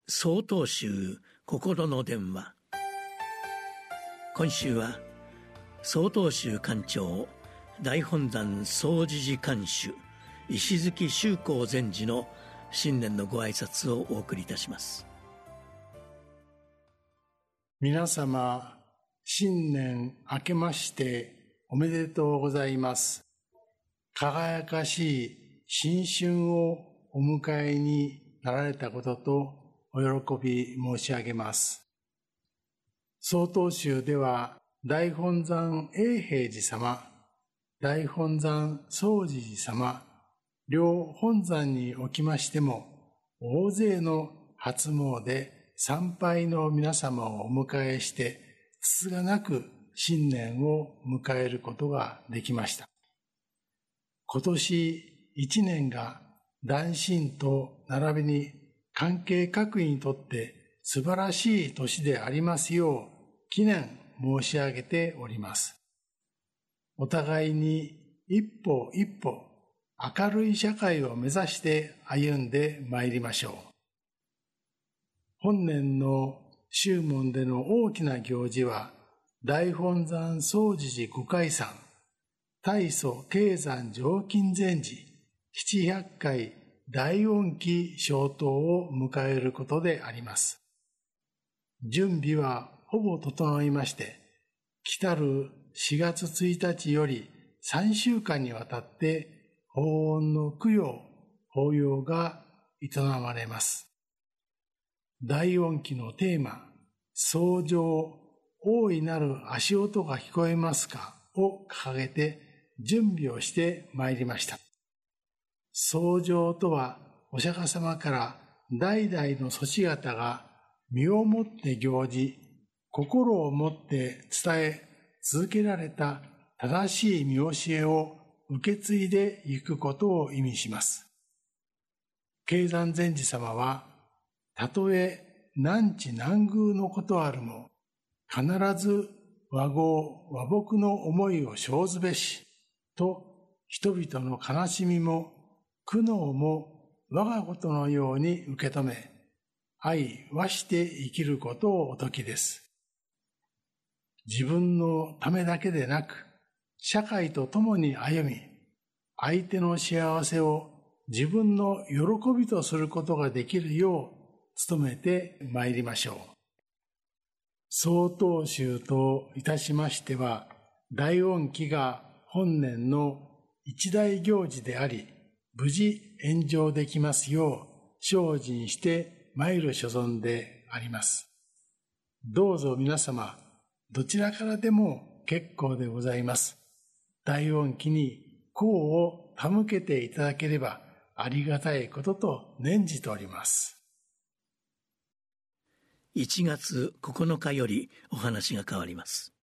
曹洞宗心の電話。今週は曹洞宗館長大本山総持寺館主石月秀光禅師の新年のご挨拶をお送りいたします。 皆様、新年明けましておめでとうございます。輝かしい新春をお迎えになられたこととお喜び申し上げます。曹洞宗では大本山永平寺様、大本山総持寺様、両本山におきましても大勢の初詣参拝の皆様をお迎えしてつつがなく新年を迎えることができました。今年一年が檀心と並びに関係各位にとって素晴らしい年でありますよう祈念申し上げております。お互いに一歩一歩明るい社会を目指して歩んでまいりましょう。本年の宗門での大きな行事は大本山総持寺御開山、大祖恵山常勤禅師700回大恩期消灯を迎えることであります。準備はほぼ整いまして、来たる4月1日より3週間にわたって法恩の供養、法要が営まれます。大恩期のテーマ、創上、大いなる足音が聞こえますかを掲げて準備をしてまいりました。創上とはお釈迦様から代々の祖師方が身をもって行事、心をもって伝え続けられた正しい見教えを受け継いでいくことを意味します。恵山禅師様は、たとえ難地難遇のことあるも、必ず和合和睦の思いを生ずべし、と人々の悲しみも苦悩も我がことのように受け止め、相和して生きることをお説きです。自分のためだけでなく、社会と共に歩み、相手の幸せを自分の喜びとすることができるよう努めてまいりましょう。曹洞宗といたしましては、大恩期が本年の一大行事であり、無事延上できますよう精進して参る所存であります。どうぞ皆様、どちらからでも結構でございます。大恩期に功を手向けていただければありがたいことと念じております。 1月9日よりお話が変わります。